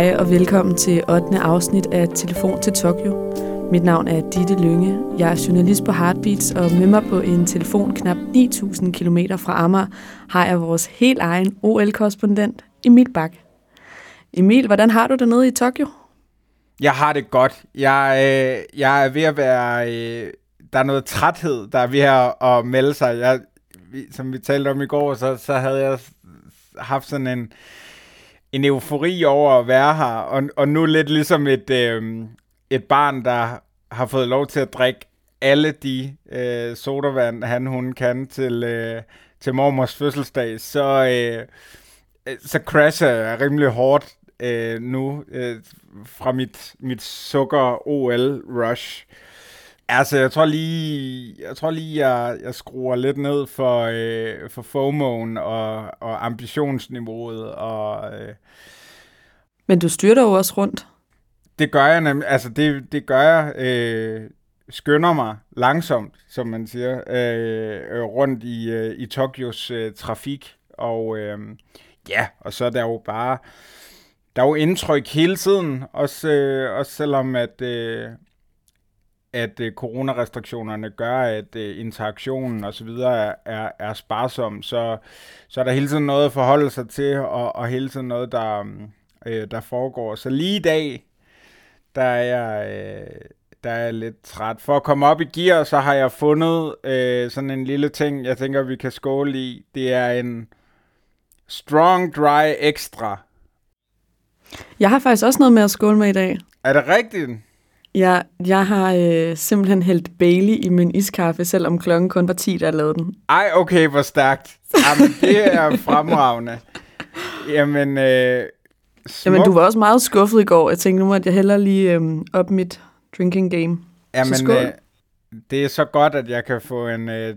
Hej og velkommen til 8. afsnit af Telefon til Tokyo. Mit navn er Ditte Lynge. Jeg er journalist på Heartbeats, og med mig på en telefon knap 9.000 km fra Amager har jeg vores helt egen OL-korrespondent, Emil Bak. Emil, hvordan har du det nede i Tokyo? Jeg har det godt. Jeg er ved at være... der er noget træthed, der er ved at melde sig. Som vi talte om i går, så havde jeg haft sådan en eufori over at være her, og nu lidt ligesom et barn, der har fået lov til at drikke alle de sodavand, hun kan til mormors fødselsdag, så crasher jeg rimelig hårdt nu fra mit sukker-OL-rush. Altså, jeg tror lige, jeg skruer lidt ned for FOMO'en og ambitionsniveauet. Men du styrter jo også rundt. Det gør jeg nemlig. Altså, det gør jeg. Skynder mig langsomt, som man siger, rundt i Tokyos trafik. Og og så er der jo bare... Der er jo indtryk hele tiden, også selvom at coronarestriktionerne gør, at interaktionen og så videre er sparsom, så er der hele tiden noget at forholde sig til, og hele tiden noget, der foregår. Så lige i dag, der er jeg lidt træt. For at komme op i gear, så har jeg fundet sådan en lille ting, jeg tænker, vi kan skåle i. Det er en Strong Dry Extra. Jeg har faktisk også noget med at skåle med i dag. Er det rigtigt? Ja, jeg har simpelthen hældt Bailey i min iskaffe, selvom klokken kun var 10, da jeg lavede den. Ej, okay, hvor stærkt. Jamen, det er fremragende. Jamen, du var også meget skuffet i går. Jeg tænkte, nu måtte jeg hellere lige op mit drinking game. Jamen, det er så godt, at jeg kan få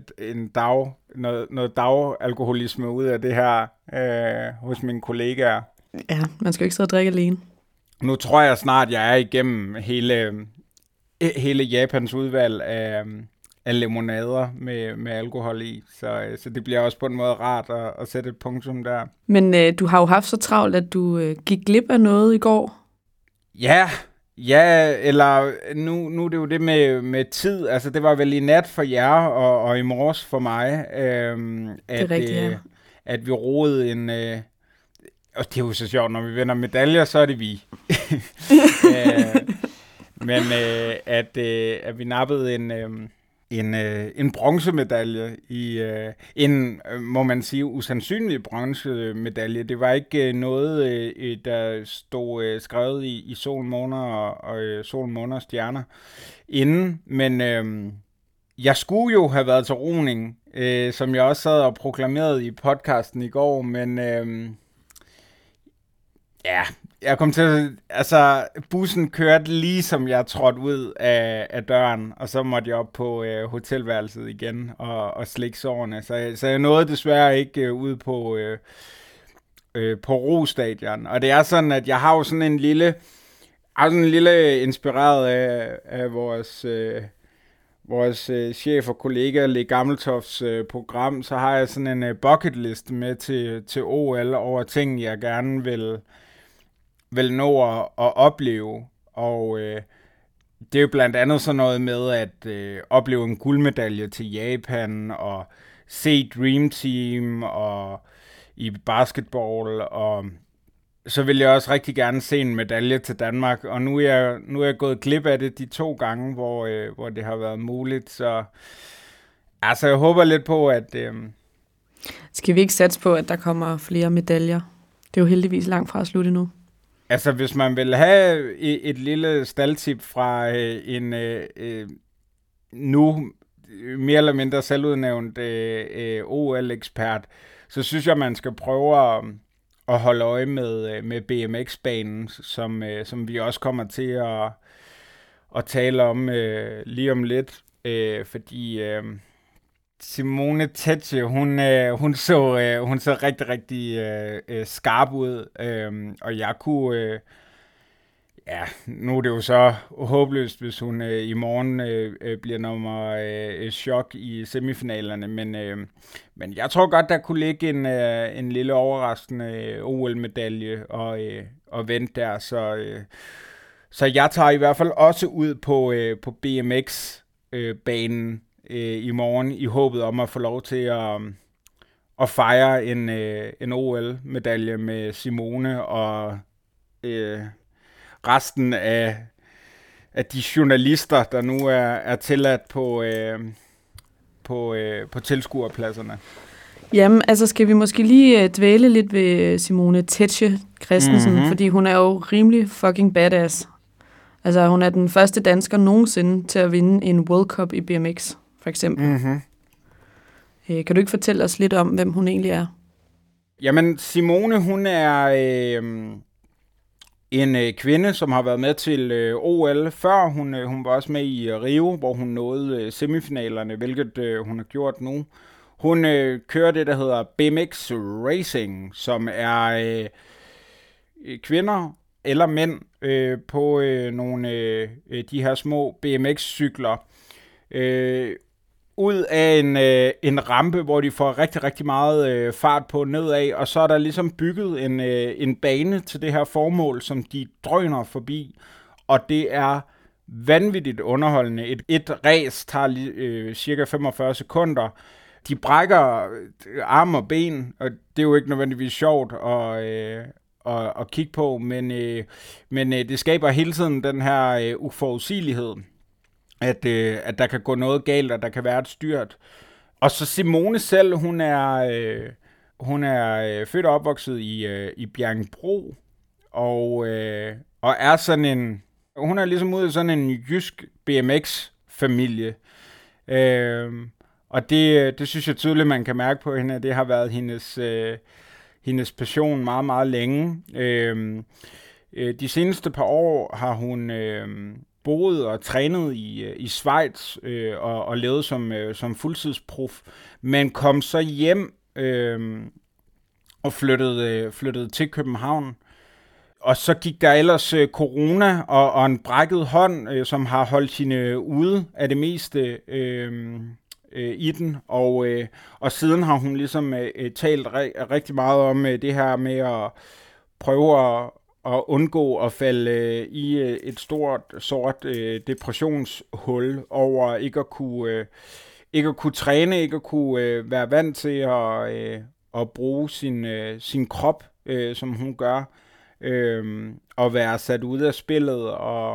noget dagalkoholisme ud af det her hos mine kollegaer. Ja, man skal jo ikke sidde og drikke alene. Nu tror jeg snart, jeg er igennem hele Japans udvalg af limonader med alkohol i. Så det bliver også på en måde rart at sætte et punktum der. Men du har jo haft så travlt, at du gik glip af noget i går. Ja, eller nu er det jo det med tid. Altså, det var vel i nat for jer og i morges for mig, at vi rodede en... Og det er jo så sjovt, når vi vinder medaljer, så er det vi. Men at vi nappede en bronzemedalje i en, må man sige, usandsynlig bronzemedalje. Det var ikke noget, der stod skrevet i sol, måner og sol, måner og stjerner inden. Men jeg skulle jo have været til roning, som jeg også sad og proklamerede i podcasten i går, men... Ja, jeg kom til, altså bussen kørte lige som jeg trådte ud af døren, og så måtte jeg op på hotelværelset igen og slikke sårene. Så jeg nåede desværre ikke ud på Rostadion. Og det er sådan, at jeg har jo sådan en lille inspireret af vores chef og kollega Le Gammeltofts program, så har jeg sådan en bucket list med til OL over ting, jeg gerne vil nå at opleve, og det er jo blandt andet sådan noget med at opleve en guldmedalje til Japan, og se Dream Team og i basketball, og så vil jeg også rigtig gerne se en medalje til Danmark, og nu er jeg gået glip af det de 2 gange, hvor det har været muligt, så altså jeg håber lidt på, at... Skal vi ikke satse på, at der kommer flere medaljer? Det er jo heldigvis langt fra at slutte nu. Altså, hvis man vil have et lille staldtip fra en nu mere eller mindre selvudnævnt OL-ekspert, så synes jeg, man skal prøve at holde øje med BMX-banen, som vi også kommer til at tale om lige om lidt, fordi... Simone Tetsche, hun så rigtig, rigtig skarp ud, og Ja, nu er det jo så håbløst, hvis hun i morgen bliver nummer chok i semifinalerne, men jeg tror godt, der kunne ligge en lille overraskende OL-medalje og vente der, så jeg tager i hvert fald også ud på BMX-banen i morgen i håbet om at få lov til at fejre en OL-medalje med Simone og resten af de journalister, der nu er tilladt på tilskuerpladserne. Jamen, altså skal vi måske lige dvæle lidt ved Simone Tetsche Christensen, fordi hun er jo rimelig fucking badass. Altså, hun er den første dansker nogensinde til at vinde en World Cup i BMX, for eksempel. Mm-hmm. Kan du ikke fortælle os lidt om, hvem hun egentlig er? Jamen, Simone, hun er en kvinde, som har været med til OL før. Hun var også med i Rio, hvor hun nåede semifinalerne, hvilket hun har gjort nu. Hun kører det, der hedder BMX Racing, som er kvinder eller mænd på nogle de her små BMX-cykler. Ud af en rampe, hvor de får rigtig, rigtig meget fart på nedad, og så er der ligesom bygget en bane til det her formål, som de drøner forbi, og det er vanvittigt underholdende. Et race tager cirka 45 sekunder. De brækker arme og ben, og det er jo ikke nødvendigvis sjovt at kigge på, men det skaber hele tiden den her uforudsigelighed. At der kan gå noget galt, og der kan være et styrt. Og så Simone selv, hun er født og opvokset i Bjerringbro, og er sådan en, hun er ligesom ude af sådan en jysk BMX-familie. Og det synes jeg tydeligt, man kan mærke på hende, at det har været hendes passion meget, meget længe. De seneste par år har hun boet og trænet i Schweiz og levet som fuldtidsprof, men kom så hjem og flyttede til København. Og så gik der ellers corona og en brækket hånd, som har holdt hende ude af det meste i den, og siden har hun ligesom talt rigtig meget om det her med at prøve at undgå at falde i et stort sort depressionshul over ikke at kunne træne, ikke at kunne være vant til at bruge sin krop, som hun gør, og være sat ud af spillet,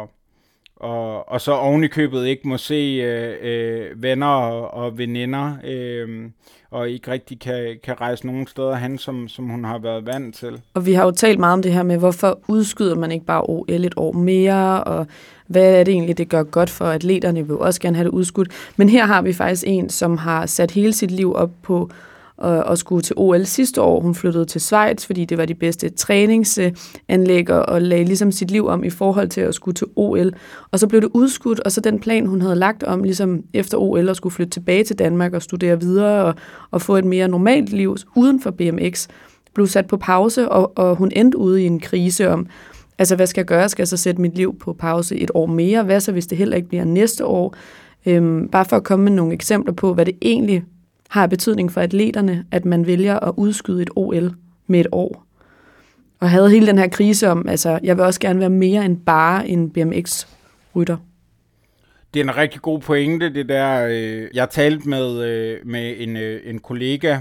og så oven i købet ikke må se venner og veninder, og ikke rigtig kan rejse nogen steder hen, som hun har været vant til. Og vi har jo talt meget om det her med, hvorfor udskyder man ikke bare OL et år mere, og hvad er det egentlig, det gør godt for atleterne, vil også gerne have det udskudt. Men her har vi faktisk en, som har sat hele sit liv op på og skulle til OL sidste år. Hun flyttede til Schweiz, fordi det var de bedste træningsanlæg, og lagde ligesom sit liv om i forhold til at skulle til OL. Og så blev det udskudt, og så den plan, hun havde lagt om ligesom efter OL at skulle flytte tilbage til Danmark og studere videre og få et mere normalt liv uden for BMX, blev sat på pause, og hun endte ude i en krise om, altså hvad skal jeg gøre? Skal jeg så sætte mit liv på pause et år mere? Hvad så, hvis det heller ikke bliver næste år? Bare for at komme med nogle eksempler på, hvad det egentlig har betydning for atleterne, at man vælger at udskyde et OL med et år. Og havde hele den her krise om, altså jeg vil også gerne være mere end bare en BMX-rytter. Det er en rigtig god pointe, det der. Jeg talte med en kollega,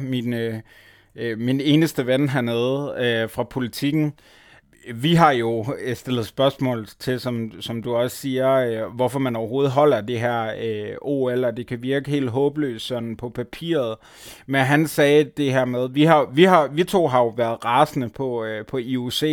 min eneste ven hernede fra Politikken. Vi har jo stillet spørgsmål til, som du også siger, hvorfor man overhovedet holder det her OL, og det kan virke helt håbløst sådan på papiret. Men han sagde det her med, vi to har jo været rasende på IOC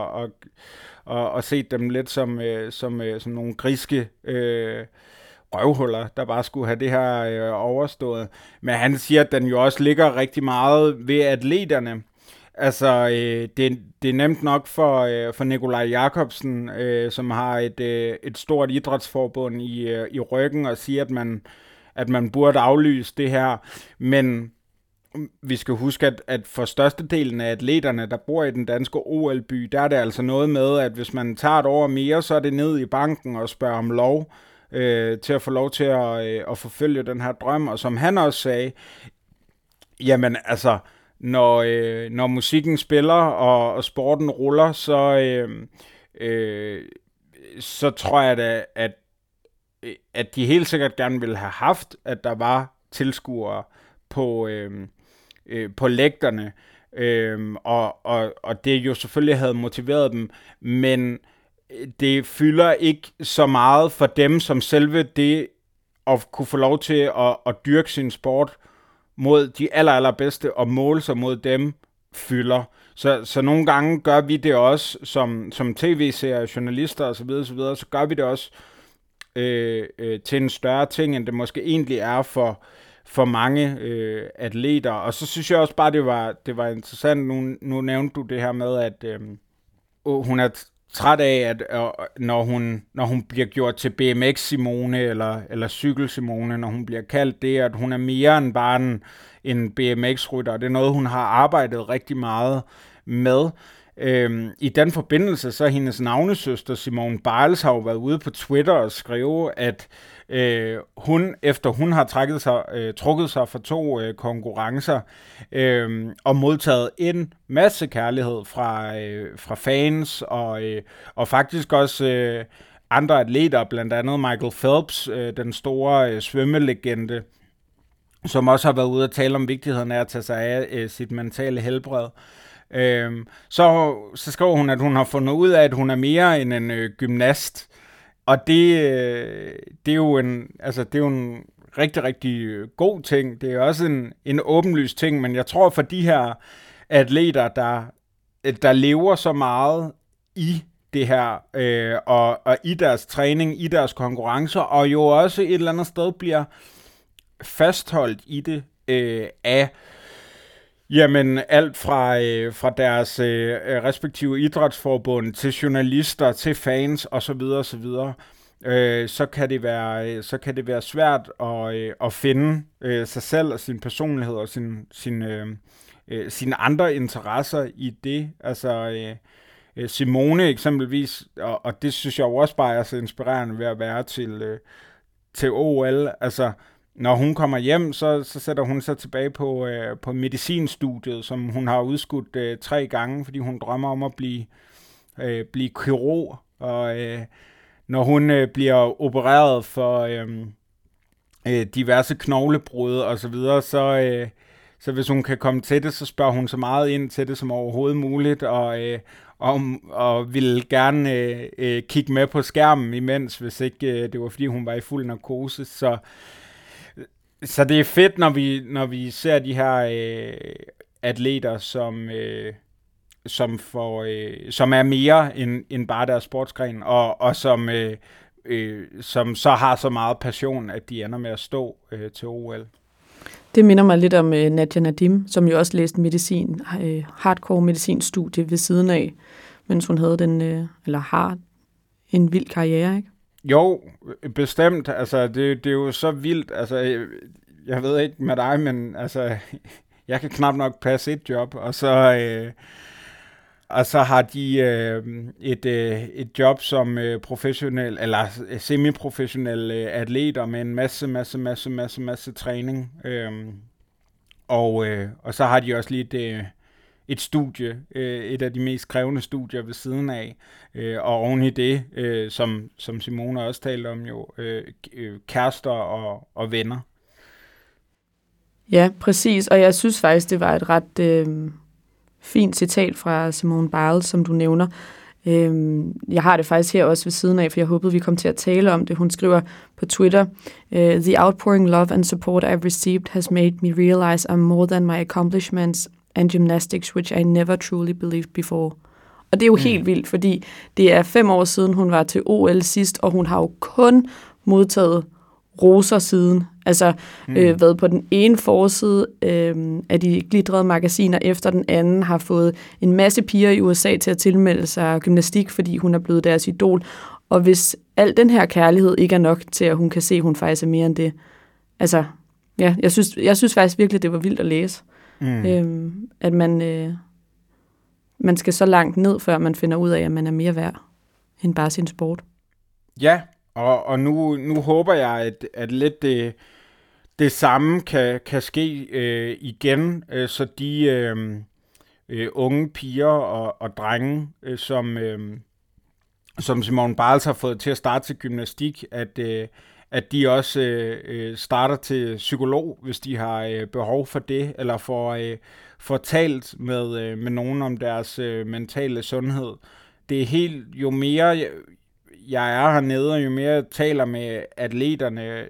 og set dem lidt som nogle griske røvhuller, der bare skulle have det her overstået. Men han siger, at den jo også ligger rigtig meget ved atleterne. Altså, det er nemt nok for Nikolaj Jakobsen, som har et stort idrætsforbund i ryggen, og siger, at man burde aflyse det her. Men vi skal huske, at for størstedelen af atleterne, der bor i den danske OL-by, der er det altså noget med, at hvis man tager et år mere, så er det ned i banken og spørger om lov til at få lov til at forfølge den her drøm. Og som han også sagde, jamen altså, når musikken spiller og sporten ruller, så tror jeg da, at de helt sikkert gerne ville have haft, at der var tilskuere på lægterne, og det jo selvfølgelig havde motiveret dem, men det fylder ikke så meget for dem, som selve det at kunne få lov til at dyrke sin sport mod de allerbedste og måle sig mod dem fylder. Så nogle gange gør vi det også som tv-serier, journalister osv., så gør vi det også til en større ting, end det måske egentlig er for mange atleter. Og så synes jeg også bare, det var interessant, nu nævnte du det her med, at hun er træt af, at når hun bliver gjort til BMX Simone eller cykel Simone, når hun bliver kaldt det, at hun er mere end bare en BMX-rytter. Det er noget, hun har arbejdet rigtig meget med. I den forbindelse, så hendes navnesøster Simone Biles har jo været ude på Twitter og skrive, at efter hun har trukket sig for 2 konkurrencer og modtaget en masse kærlighed fra fans og faktisk også andre atleter, blandt andet Michael Phelps, den store svømmelegende, som også har været ude at tale om vigtigheden af at tage sig af sit mentale helbred. Så skriver hun, at hun har fundet ud af, at hun er mere end en gymnast. Og det er jo en rigtig, rigtig god ting. Det er også en åbenlys ting, men jeg tror for de her atleter, der lever så meget i det her, og i deres træning, i deres konkurrencer, og jo også et eller andet sted bliver fastholdt i det af jamen alt fra deres respektive idrætsforbund til journalister, til fans osv. Så kan det være svært at finde sig selv og sin personlighed og sine andre interesser i det. Altså Simone eksempelvis, og det synes jeg jo også bare er så inspirerende ved at være til OL. Altså når hun kommer hjem, så sætter hun sig tilbage på medicinstudiet, som hun har udskudt 3 gange, fordi hun drømmer om at blive kirurg. Og når hun bliver opereret for diverse knoglebrud og så videre, så hvis hun kan komme til det, så spørger hun så meget ind til det som overhovedet muligt, og ville gerne kigge med på skærmen imens, hvis ikke det var fordi hun var i fuld narkose. Så det er fedt, når vi ser de her atleter, som er mere end bare deres sportsgren, og som så har så meget passion, at de ender med at stå til OL. Det minder mig lidt om Nadia Nadim, som jo også læste hardcore medicinstudie ved siden af, mens hun havde har en vild karriere, ikke? Jo, bestemt. Altså, det er jo så vildt. Altså, jeg ved ikke med dig, men altså, jeg kan knap nok passe et job, og så har de et job som professionel eller semiprofessionel atleter med en masse træning. Og så har de også lige et studie, et af de mest krævende studier ved siden af, og oven i det, som Simone også talte om, jo kærester og venner. Ja, præcis, og jeg synes faktisk, det var et ret fint citat fra Simone Biles, som du nævner. Jeg har det faktisk her også ved siden af, for jeg håbede, vi kom til at tale om det. Hun skriver på Twitter, "The outpouring love and support I've received has made me realize I'm more than my accomplishments and gymnastics, which I never truly believed before." Og det er jo helt vildt, fordi det er 5 år siden, hun var til OL sidst, og hun har jo kun modtaget roser siden. Altså været på den ene forside af de glitrede magasiner efter den anden, har fået en masse piger i USA til at tilmelde sig gymnastik, fordi hun er blevet deres idol. Og hvis al den her kærlighed ikke er nok til, at hun kan se, at hun faktisk er mere end det. Altså, ja, jeg synes faktisk virkelig, det var vildt at læse. At man skal så langt ned, før man finder ud af, at man er mere værd end bare sin sport. Ja, og nu håber jeg, at lidt det samme kan ske igen, så de unge piger og drenge, som Simone Biles har fået til at starte til gymnastik, at de også starter til psykolog, hvis de har behov for det, eller får talt med nogen om deres mentale sundhed. Det er jo mere jeg er hernede, og jo mere jeg taler med atleterne,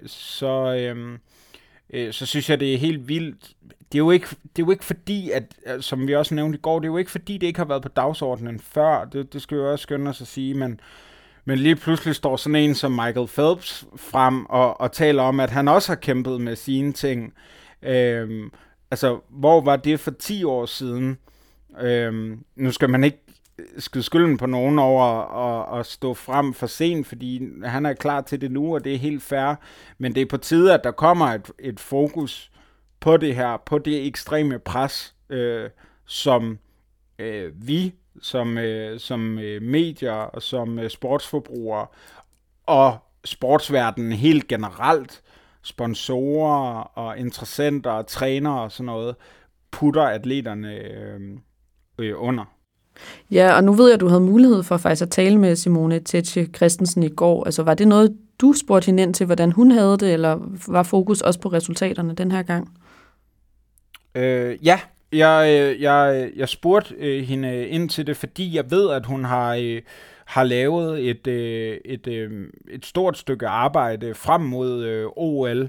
så synes jeg, det er helt vildt. Det er jo ikke fordi, at, som vi også nævnte i går, det er jo ikke fordi, det ikke har været på dagsordenen før. Det skal jo også skynde os at sige, men lige pludselig står sådan en som Michael Phelps frem og taler om, at han også har kæmpet med sine ting. Altså, hvor var det for 10 år siden? Nu skal man ikke skyde skylden på nogen over at stå frem for sent, fordi han er klar til det nu, og det er helt fair. Men det er på tide, at der kommer et fokus på det her, på det ekstreme pres, som vi som medier og som sportsforbrugere og sportsverdenen helt generelt, sponsorer og interessenter og trænere og sådan noget, putter atleterne under. Ja, og nu ved jeg, at du havde mulighed for faktisk at tale med Simone Tetsche Christensen i går. Altså, var det noget, du spurgte hende ind til, hvordan hun havde det, eller var fokus også på resultaterne den her gang? Ja, jeg spurgte hende ind til det, fordi jeg ved, at hun har lavet et stort stykke arbejde frem mod OL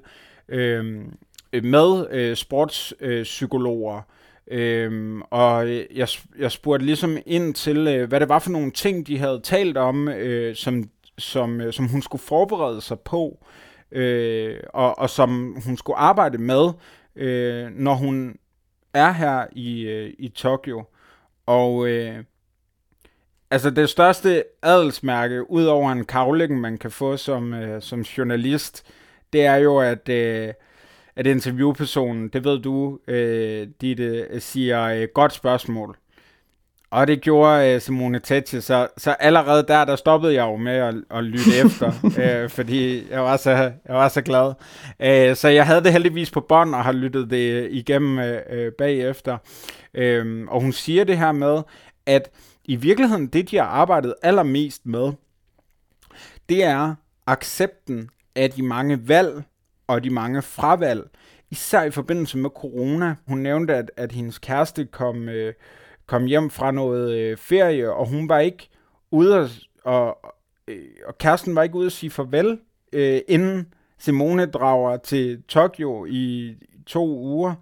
med sportspsykologer. Og jeg spurgte ligesom ind til, hvad det var for nogle ting, de havde talt om, som hun skulle forberede sig på, og som hun skulle arbejde med, når hun er her i Tokyo. Og altså det største adelsmærke, ud over en kavling, man kan få som journalist, det er jo, at interviewpersonen, det ved du, Ditte, siger godt spørgsmål. Og det gjorde Simone Tetsche, så allerede der stoppede jeg jo med at lytte efter, fordi jeg var så glad. Så jeg havde det heldigvis på bånd og har lyttet det igennem bagefter. Og hun siger det her med, at i virkeligheden det, de har arbejdet allermest med, det er accepten af de mange valg og de mange fravalg, især i forbindelse med corona. Hun nævnte, at hendes kæreste kom hjem fra noget ferie, og hun var ikke ude og kæresten var ikke ude at sige farvel, inden Simone drager til Tokyo i 2 uger.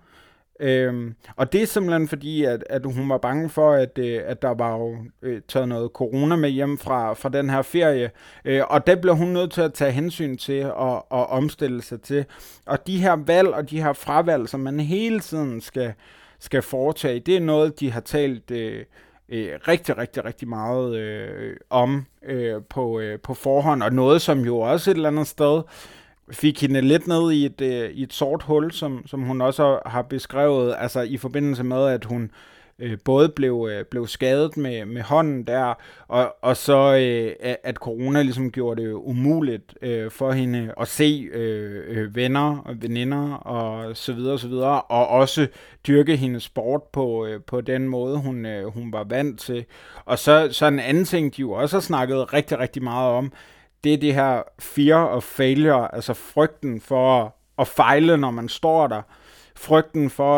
Og det er simpelthen fordi, at hun var bange for, at der var jo taget noget corona med hjem fra den her ferie. Og det blev hun nødt til at tage hensyn til og omstille sig til. Og de her valg og de her fravalg, som man hele tiden skal foretage, det er noget, de har talt rigtig, rigtig, rigtig meget om på forhånd. Og noget, som jo også et eller andet sted fik hende lidt ned i et sort hul, som hun også har beskrevet, altså i forbindelse med, at hun både blev skadet med hånden der, og så at corona ligesom gjorde det umuligt for hende at se venner og veninder og så videre, og også dyrke hendes sport på den måde, hun var vant til. Og så en anden ting, de jo også har snakket rigtig, rigtig meget om, det er det her fear of failure, altså frygten for at fejle, når man står der. Frygten for,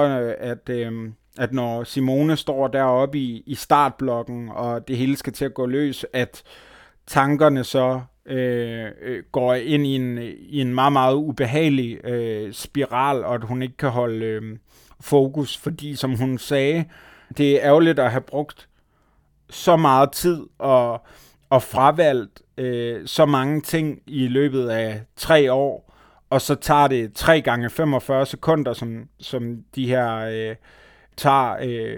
at når Simone står deroppe i startblokken, og det hele skal til at gå løs, at tankerne så går ind i en meget, meget ubehagelig spiral, og at hun ikke kan holde fokus, fordi som hun sagde, det er ærgerligt at have brugt så meget tid og fravalgt så mange ting i løbet af 3 år, og så tager det 3 gange 45 sekunder, som de her tager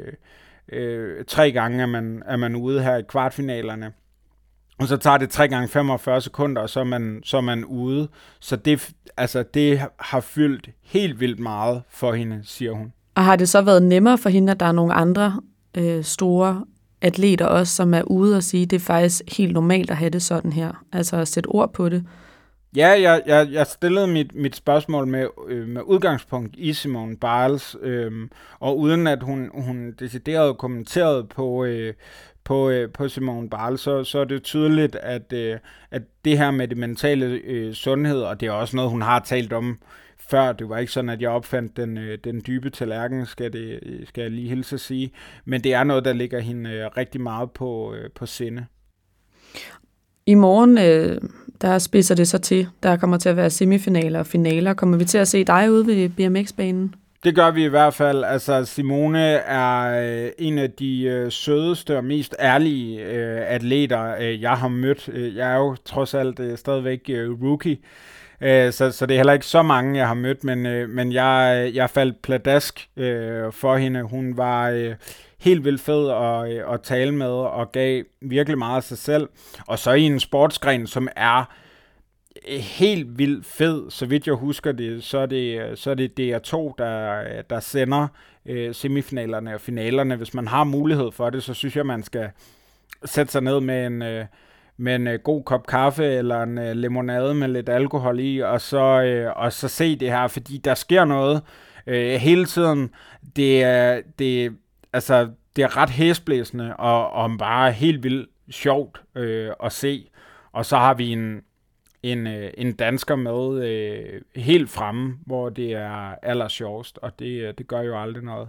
3 gange, er man ude her i kvartfinalerne. Og så tager det 3 gange 45 sekunder, og så er man ude. Så det har fyldt helt vildt meget for hende, siger hun. Og har det så været nemmere for hende, at der er nogle andre store atleter også, som er ude og sige, at det er faktisk helt normalt at have det sådan her? Altså at sætte ord på det? Ja, jeg stillede mit spørgsmål med udgangspunkt i Simone Biles, og uden at hun decideret kommenterede på Simone Biles, så er det tydeligt, at det her med det mentale sundhed, og det er også noget, hun har talt om før. Det var ikke sådan, at jeg opfandt den dybe tallerken, skal jeg lige hilse at sige. Men det er noget, der ligger hende rigtig meget på sinde. I morgen, der spidser det så til. Der kommer til at være semifinaler og finaler. Kommer vi til at se dig ude ved BMX-banen? Det gør vi i hvert fald. Altså, Simone er en af de sødeste og mest ærlige atleter, jeg har mødt. Jeg er jo trods alt stadigvæk rookie, så det er heller ikke så mange, jeg har mødt, men jeg faldt pladask for hende. Hun var helt vildt fed at tale med og gav virkelig meget af sig selv. Og så i en sportsgren, som er helt vildt fed, så vidt jeg husker det, så er det DR2, der sender semifinalerne og finalerne. Hvis man har mulighed for det, så synes jeg, man skal sætte sig ned med en god kop kaffe eller en limonade med lidt alkohol i, og så se det her, fordi der sker noget hele tiden. Det er ret hæsblæsende og bare helt vildt sjovt at se. Og så har vi en dansker med helt fremme, hvor det er allersjovest, og det gør jo aldrig noget.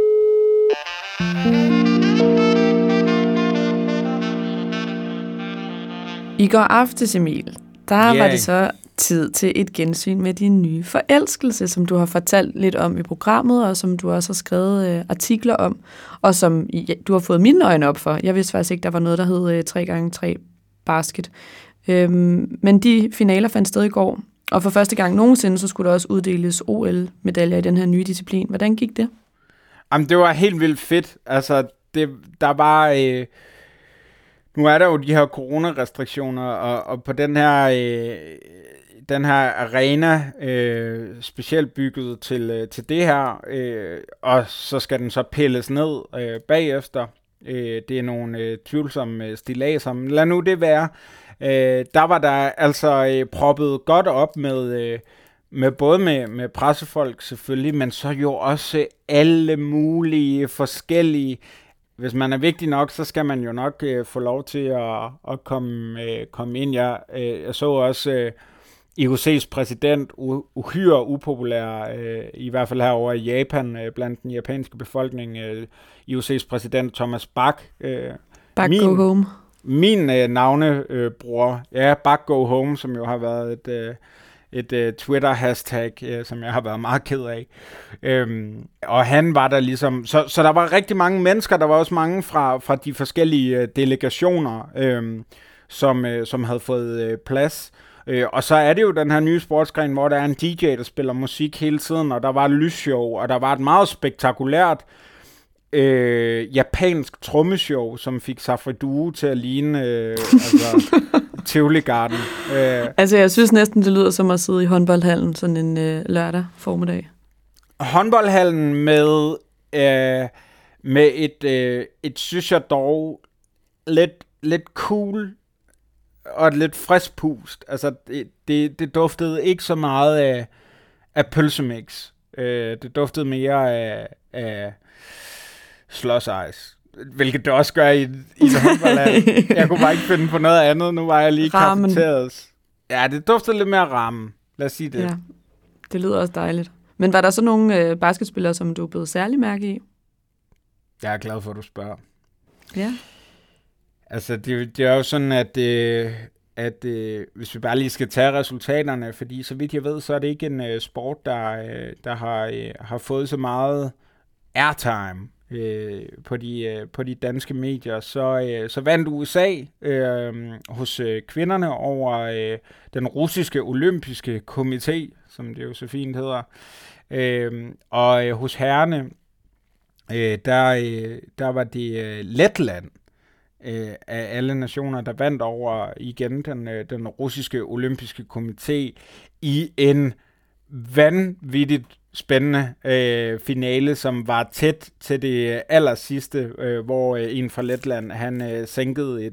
I går aftes, Emil, var det så tid til et gensyn med din nye forelskelse, som du har fortalt lidt om i programmet, og som du også har skrevet artikler om, og som du har fået mine øjne op for. Jeg vidste faktisk ikke, der var noget, der hed 3x3 basket. Men de finaler fandt sted i går, og for første gang nogensinde, så skulle der også uddeles OL-medaljer i den her nye disciplin. Hvordan gik det? Jamen, det var helt vildt fedt. Altså, der var... Nu er der jo de her coronarestriktioner, og på den her arena, specielt bygget til det her, og så skal den så pilles ned bagefter. Det er nogle tvivlsomme stilladser, men lad nu det være. Der var der altså proppet godt op med både med pressefolk selvfølgelig, men så jo også alle mulige forskellige. Hvis man er vigtig nok, så skal man jo nok få lov til at komme ind. Jeg så også IOC's præsident, uhyre upopulær, i hvert fald herover i Japan, blandt den japanske befolkning, IOC's præsident Thomas Bach. Bach go home. Min navnebror, Bach go home, som jo har været et Twitter-hashtag, som jeg har været meget ked af. Og han var der ligesom... Så der var rigtig mange mennesker, der var også mange fra de forskellige delegationer, som havde fået plads. Og så er det jo den her nye sportsgren, hvor der er en DJ, der spiller musik hele tiden, og der var et lysshow, og der var et meget spektakulært japansk trommeshow, som fik Safri Duo til at ligne Tivoli Garden. Altså, jeg synes næsten, det lyder som at sidde i håndboldhallen sådan en lørdag formiddag. Håndboldhallen med et synes jeg dog lidt cool og et lidt frisk pust. Altså, det duftede ikke så meget af pølsemix. Det duftede mere af Slush Ice, hvilket det også gør i et håndboldland. Jeg kunne bare ikke finde på noget andet. Nu var jeg lige kafeteriet. Ja, det duftede lidt mere ramen. Lad os sige det. Ja, det lyder også dejligt. Men var der så nogle basketspillere, som du blev særlig mærke i? Jeg er glad for, at du spørger. Ja. Altså, det er jo sådan, at hvis vi bare lige skal tage resultaterne, fordi så vidt jeg ved, så er det ikke en sport, der har fået så meget airtime på de danske medier, så vandt USA hos kvinderne over den russiske olympiske komité, som det jo så fint hedder, og hos herrerne, der var det Letland af alle nationer, der vandt over igen den russiske olympiske komité i en vanvittigt spændende finale, som var tæt til det aller sidste, hvor en fra Letland, han sænkede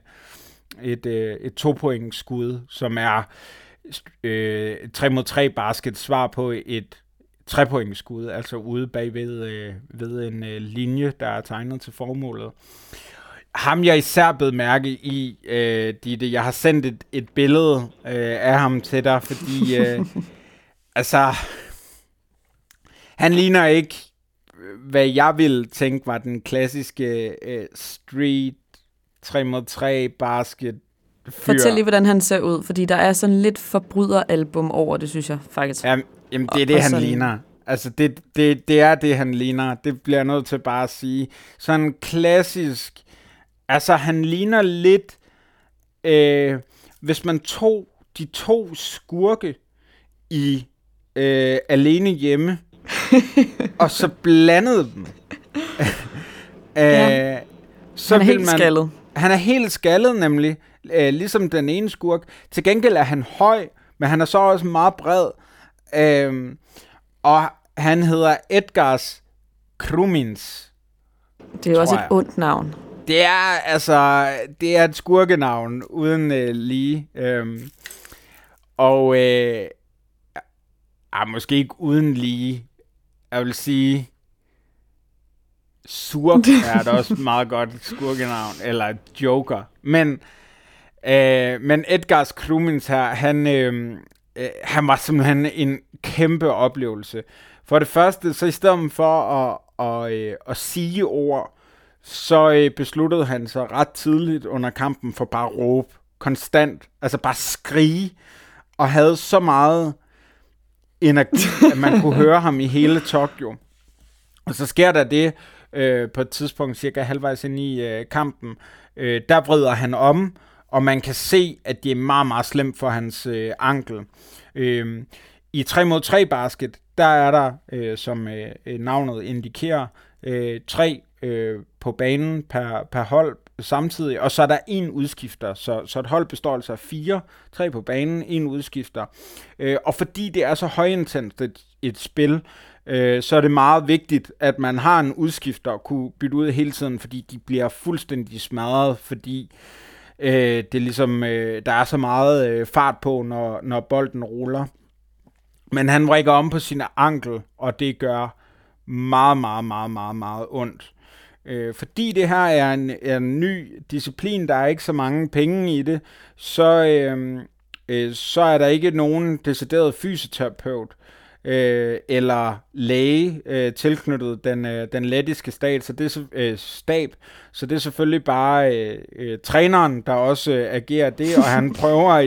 et 2-point skud, som er 3-mod-3 basket svar på et 3-point skud, altså ude bagved ved en linje, der er tegnet til formålet. Ham jeg især blev mærke i, Ditte, jeg har sendt et billede af ham til dig, fordi altså, han ligner ikke, hvad jeg ville tænke var den klassiske street 3-mod-3 basket fyr. Fortæl lige, hvordan han ser ud, fordi der er sådan lidt forbryderalbum over det, synes jeg faktisk. Jamen, det er det, han ligner. Altså, det er det, han ligner. Det bliver jeg nødt til bare at sige. Sådan klassisk. Altså, han ligner lidt, hvis man tog de 2 skurke i Alene Hjemme, og så blandede dem. Så han er helt skaldet. Han er helt skaldet, nemlig. Ligesom den ene skurk. Til gengæld er han høj, men han er så også meget bred. Og han hedder Edgars Krumins. Det er jo også et ondt navn. Det er et skurkenavn uden lige. Måske ikke uden lige. Jeg vil sige, Surk er da også meget godt skurkenavn, eller Joker. Men Edgars Krumins her, han var simpelthen en kæmpe oplevelse. For det første, så i stedet for at sige ord, så besluttede han sig ret tidligt under kampen for bare at råbe konstant, altså bare skrige, og havde så meget energi, at man kunne høre ham i hele Tokyo. Og så sker der det på et tidspunkt, cirka halvvejs ind i kampen, der vrider han om, og man kan se, at det er meget, meget slemt for hans ankel. I 3-mod-3 basket, der er der, som navnet indikerer, 3 på banen per hold samtidig, og så er der 1 udskifter, så et hold består altså af 4, 3 på banen, 1 udskifter. Og fordi det er så højintenst et spil, så er det meget vigtigt, at man har en udskifter og kunne bytte ud hele tiden, fordi de bliver fuldstændig smadret, fordi det er ligesom, der er så meget fart på, når bolden ruller. Men han vrikker om på sin ankel, og det gør meget, meget, meget, meget, meget ondt. Fordi det her er en ny disciplin, der er ikke så mange penge i det, så er der ikke nogen decideret fysioterapeut eller læge tilknyttet den lettiske stab, så det er selvfølgelig bare træneren, der også agerer det, og han prøver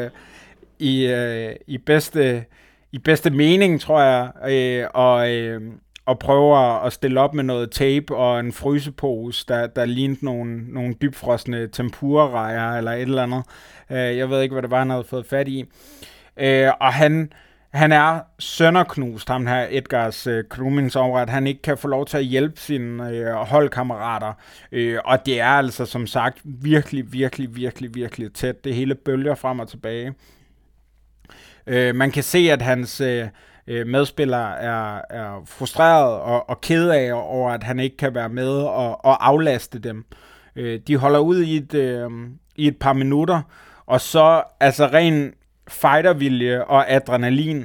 i bedste mening, tror jeg, og prøver at stille op med noget tape og en frysepose, der lignede nogle dybfrosne tempura-rejer eller et eller andet. Jeg ved ikke, hvad det var, han havde fået fat i. Og han er sønderknust, ham her Edgars Krumins, over at han ikke kan få lov til at hjælpe sine holdkammerater. Og det er altså, som sagt, virkelig, virkelig, virkelig, virkelig tæt. Det hele bølger frem og tilbage. Man kan se, at hans medspillere er frustreret og ked af over, at han ikke kan være med og aflaste dem. De holder ud i et par minutter, og så altså ren fightervilje og adrenalin,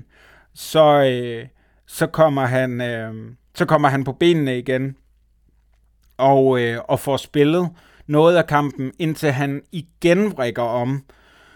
så kommer han på benene igen og får spillet noget af kampen, indtil han igen vrikker om.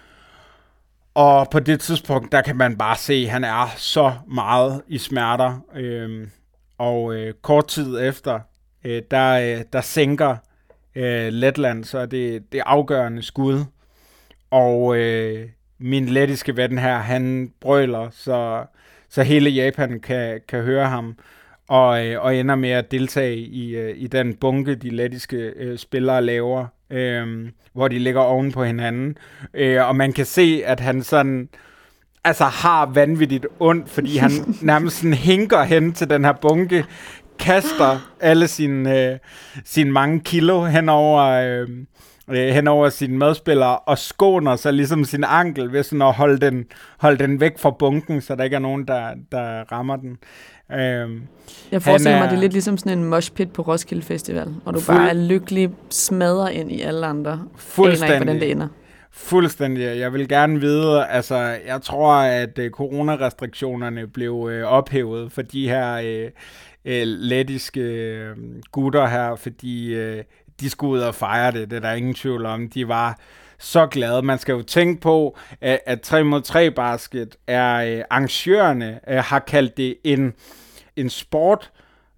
Og på det tidspunkt, der kan man bare se, at han er så meget i smerter. Kort tid efter, der sænker Letland, så det afgørende skud. Og min lettiske ven her, han brøler, så hele Japan kan høre ham. Og ender med at deltage i den bunke, de lettiske spillere laver, hvor de ligger oven på hinanden. Og man kan se, at han sådan altså har vanvittigt ondt, fordi han nærmest sådan hinker hen til den her bunke, kaster alle sine mange kilo hen hen over sine medspillere, og skåner sig ligesom sin ankel ved sådan at holde den væk fra bunken, så der ikke er nogen, der rammer den. Jeg forestiller mig, det er lidt ligesom sådan en moshpit på Roskilde Festival, og du bare er lykkelig smadret ind i alle andre. Fuldstændig. Aner ikke, hvordan det ender. Fuldstændig. Jeg vil gerne vide, altså jeg tror, at coronarestriktionerne blev ophævet for de her lettiske gutter her, fordi de skulle ud og fejre det. Det er der ingen tvivl om. De var så glade. Man skal jo tænke på, at 3 mod 3 basket er arrangørerne har kaldt det en sport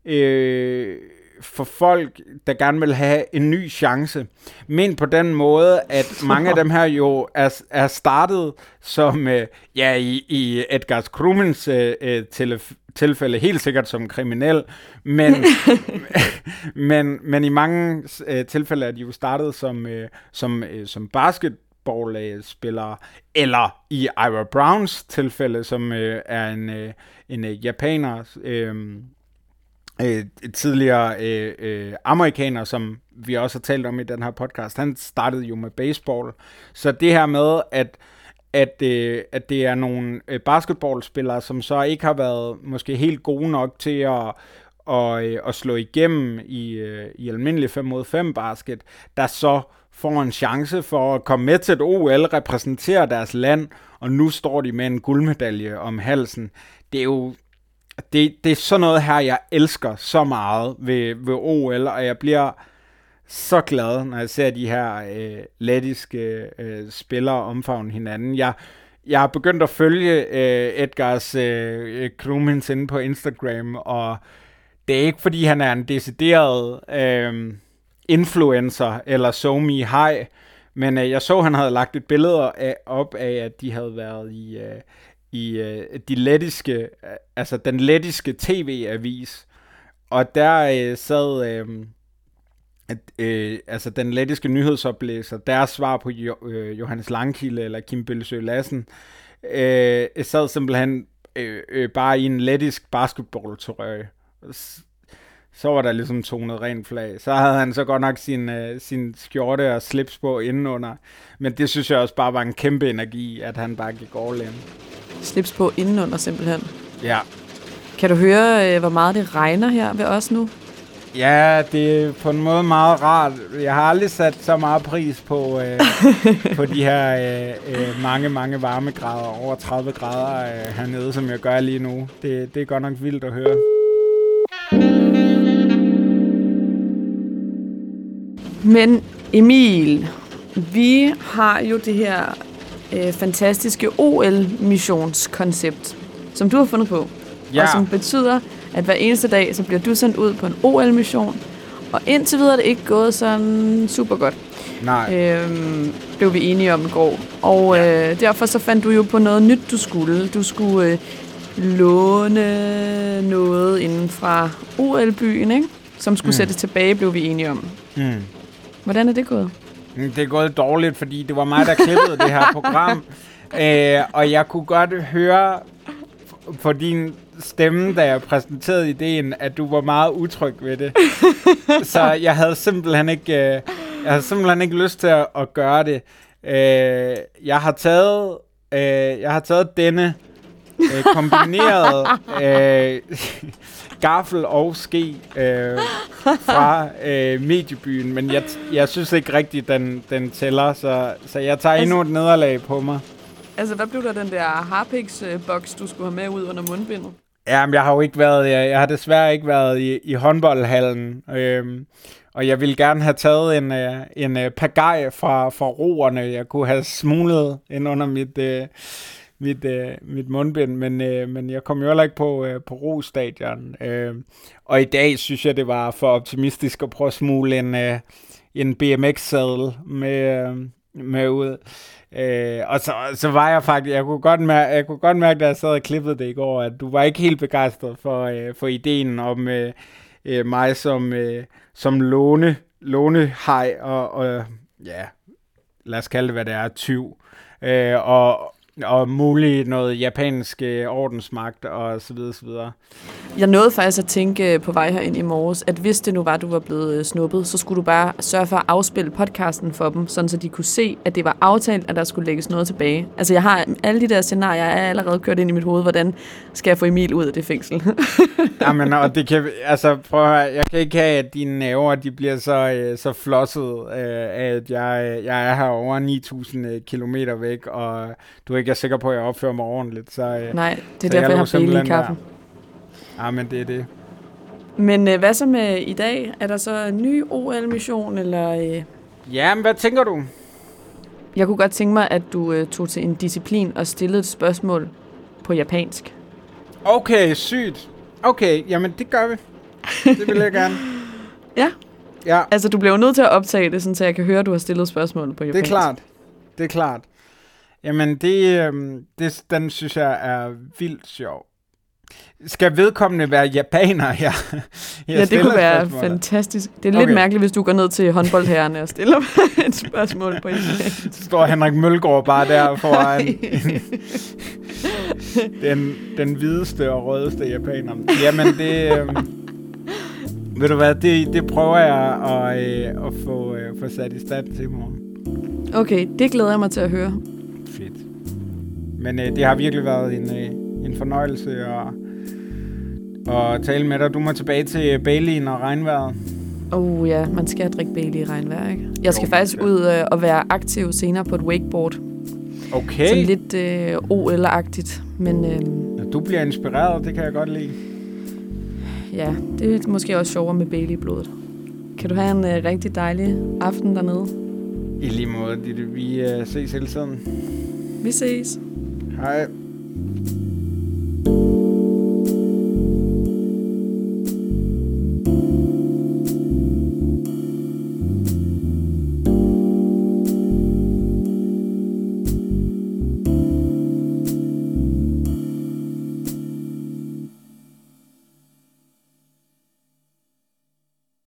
for folk, der gerne vil have en ny chance. Men på den måde, at mange af dem her jo er startet som, i Edgar Krumins tilfælde, helt sikkert som kriminel, men i mange tilfælde er de jo startet som basketballspillere, eller i Ira Browns tilfælde, som er en japaner, tidligere amerikaner, som vi også har talt om i den her podcast. Han startede jo med baseball. Så det her med, at det er nogle basketballspillere, som så ikke har været måske helt gode nok til at slå igennem i almindelig 5 mod 5 basket, der så får en chance for at komme med til et OL, repræsentere deres land, og nu står de med en guldmedalje om halsen. Det er jo det er sådan noget her, jeg elsker så meget ved OL, og jeg bliver så glad, når jeg ser de her lettiske spillere omfavne hinanden. Jeg har begyndt at følge Edgars Krumins inde på Instagram, og det er ikke, fordi han er en decideret influencer eller SoMe high, men jeg så, han havde lagt et billede op af, at de havde været i de lettiske, altså den lettiske tv-avis, og der sad altså den lettiske nyhedsoplæser, deres svar på Johannes Langkilde eller Kim Bøllesø Lassen, sad simpelthen bare i en lettisk basketballtrøje. Så var der ligesom tonet rent flag. Så havde han så godt nok sin skjorte og slips på indenunder. Men det synes jeg også bare var en kæmpe energi, at han bare gik all in. Slips på indenunder simpelthen. Ja. Kan du høre, hvor meget det regner her ved os nu? Ja, det er på en måde meget rart. Jeg har aldrig sat så meget pris på, på de her mange varmegrader, over 30 grader hernede, som jeg gør lige nu. Det er godt nok vildt at høre. Men Emil, vi har jo det her fantastiske OL-missionskoncept, som du har fundet på, og som betyder, at hver eneste dag, så bliver du sendt ud på en OL-mission, og indtil videre er det ikke gået sådan super godt. Nej. Blev vi enige om i går. Og derfor så fandt du jo på noget nyt, du skulle. Du skulle låne noget inden fra OL-byen, ikke? Som skulle sættes tilbage, blev vi enige om. Hvordan er det gået? Det er gået dårligt, fordi det var mig, der klippede det her program. Og jeg kunne godt høre på din stemme, da jeg præsenterede ideen, at du var meget utryg ved det. Så jeg havde simpelthen ikke lyst til at gøre det. Jeg har taget denne kombinerede gaffel og ske fra mediebyen, men jeg synes ikke rigtigt, den tæller, så jeg tager endnu et nederlag på mig. Altså, hvad blev der den der Harpix-boks, du skulle have med ud under mundbindet? Jamen, jeg har desværre ikke været i håndboldhallen, og jeg ville gerne have taget en pagaj fra roerne, jeg kunne have smuglet ind under mit mundbind, men jeg kom jo heller ikke på Rostadion. Og i dag synes jeg, det var for optimistisk at prøve at smugle en BMX-sadel med ud. Og så var jeg faktisk, jeg kunne godt mærke, da jeg sad og klippede det i går, at du var ikke helt begejstret for ideen om mig som lånehaj og ja, lad os kalde det, hvad det er, tyv. og muligt noget japansk ordensmagt og så videre, så videre. Jeg nåede faktisk at tænke på vej herind i morges, at hvis det nu var, du var blevet snuppet, så skulle du bare sørge for at afspille podcasten for dem, sådan så de kunne se, at det var aftalt, at der skulle lægges noget tilbage. Altså jeg har alle de der scenarier, jeg er allerede kørt ind i mit hoved, hvordan skal jeg få Emil ud af det fængsel? Jamen, og det kan, altså prøv at høre, jeg kan ikke have, at dine nerver, de bliver så flosset af, at jeg er her over 9.000 kilometer væk, og du ikke er sikker på, at jeg opfører mig ordentligt. Så, nej, det er derfor, jeg har Bailey i kaffen. Ja, men det er det. Men hvad så med i dag? Er der så en ny OL-mission, eller? Ja, men hvad tænker du? Jeg kunne godt tænke mig, at du tog til en disciplin og stillede et spørgsmål på japansk. Okay, sygt. Okay, jamen det gør vi. Det vil jeg gerne. Ja. Altså, du bliver jo nødt til at optage det, så jeg kan høre, at du har stillet spørgsmål på japansk. Det er klart. Jamen, den synes jeg er vildt sjov. Skal vedkommende være japaner her? Ja, det kunne være fantastisk. Det er lidt mærkeligt, hvis du går ned til håndboldherrerne og stiller et spørgsmål på japansk. Så står Henrik Mølgaard bare der foran den hvideste og rødeste japaner. Jamen, ved du hvad, det prøver jeg at få sat i stand til i morgen. Okay, det glæder jeg mig til at høre. Fedt. Men det har virkelig været en fornøjelse at tale med dig. Du må tilbage til Bailey og regnvejret. Ja, man skal drikke Bailey i regnvejr, ikke? Jeg skal faktisk ud og være aktiv senere på et wakeboard. Okay. Så lidt OL-agtigt, men... Du bliver inspireret, det kan jeg godt lide. Ja, det er måske også sjovere med Bailey i blodet. Kan du have en rigtig dejlig aften dernede? I lige måde, Ditte. Vi ses hele tiden. Vi ses. Hej.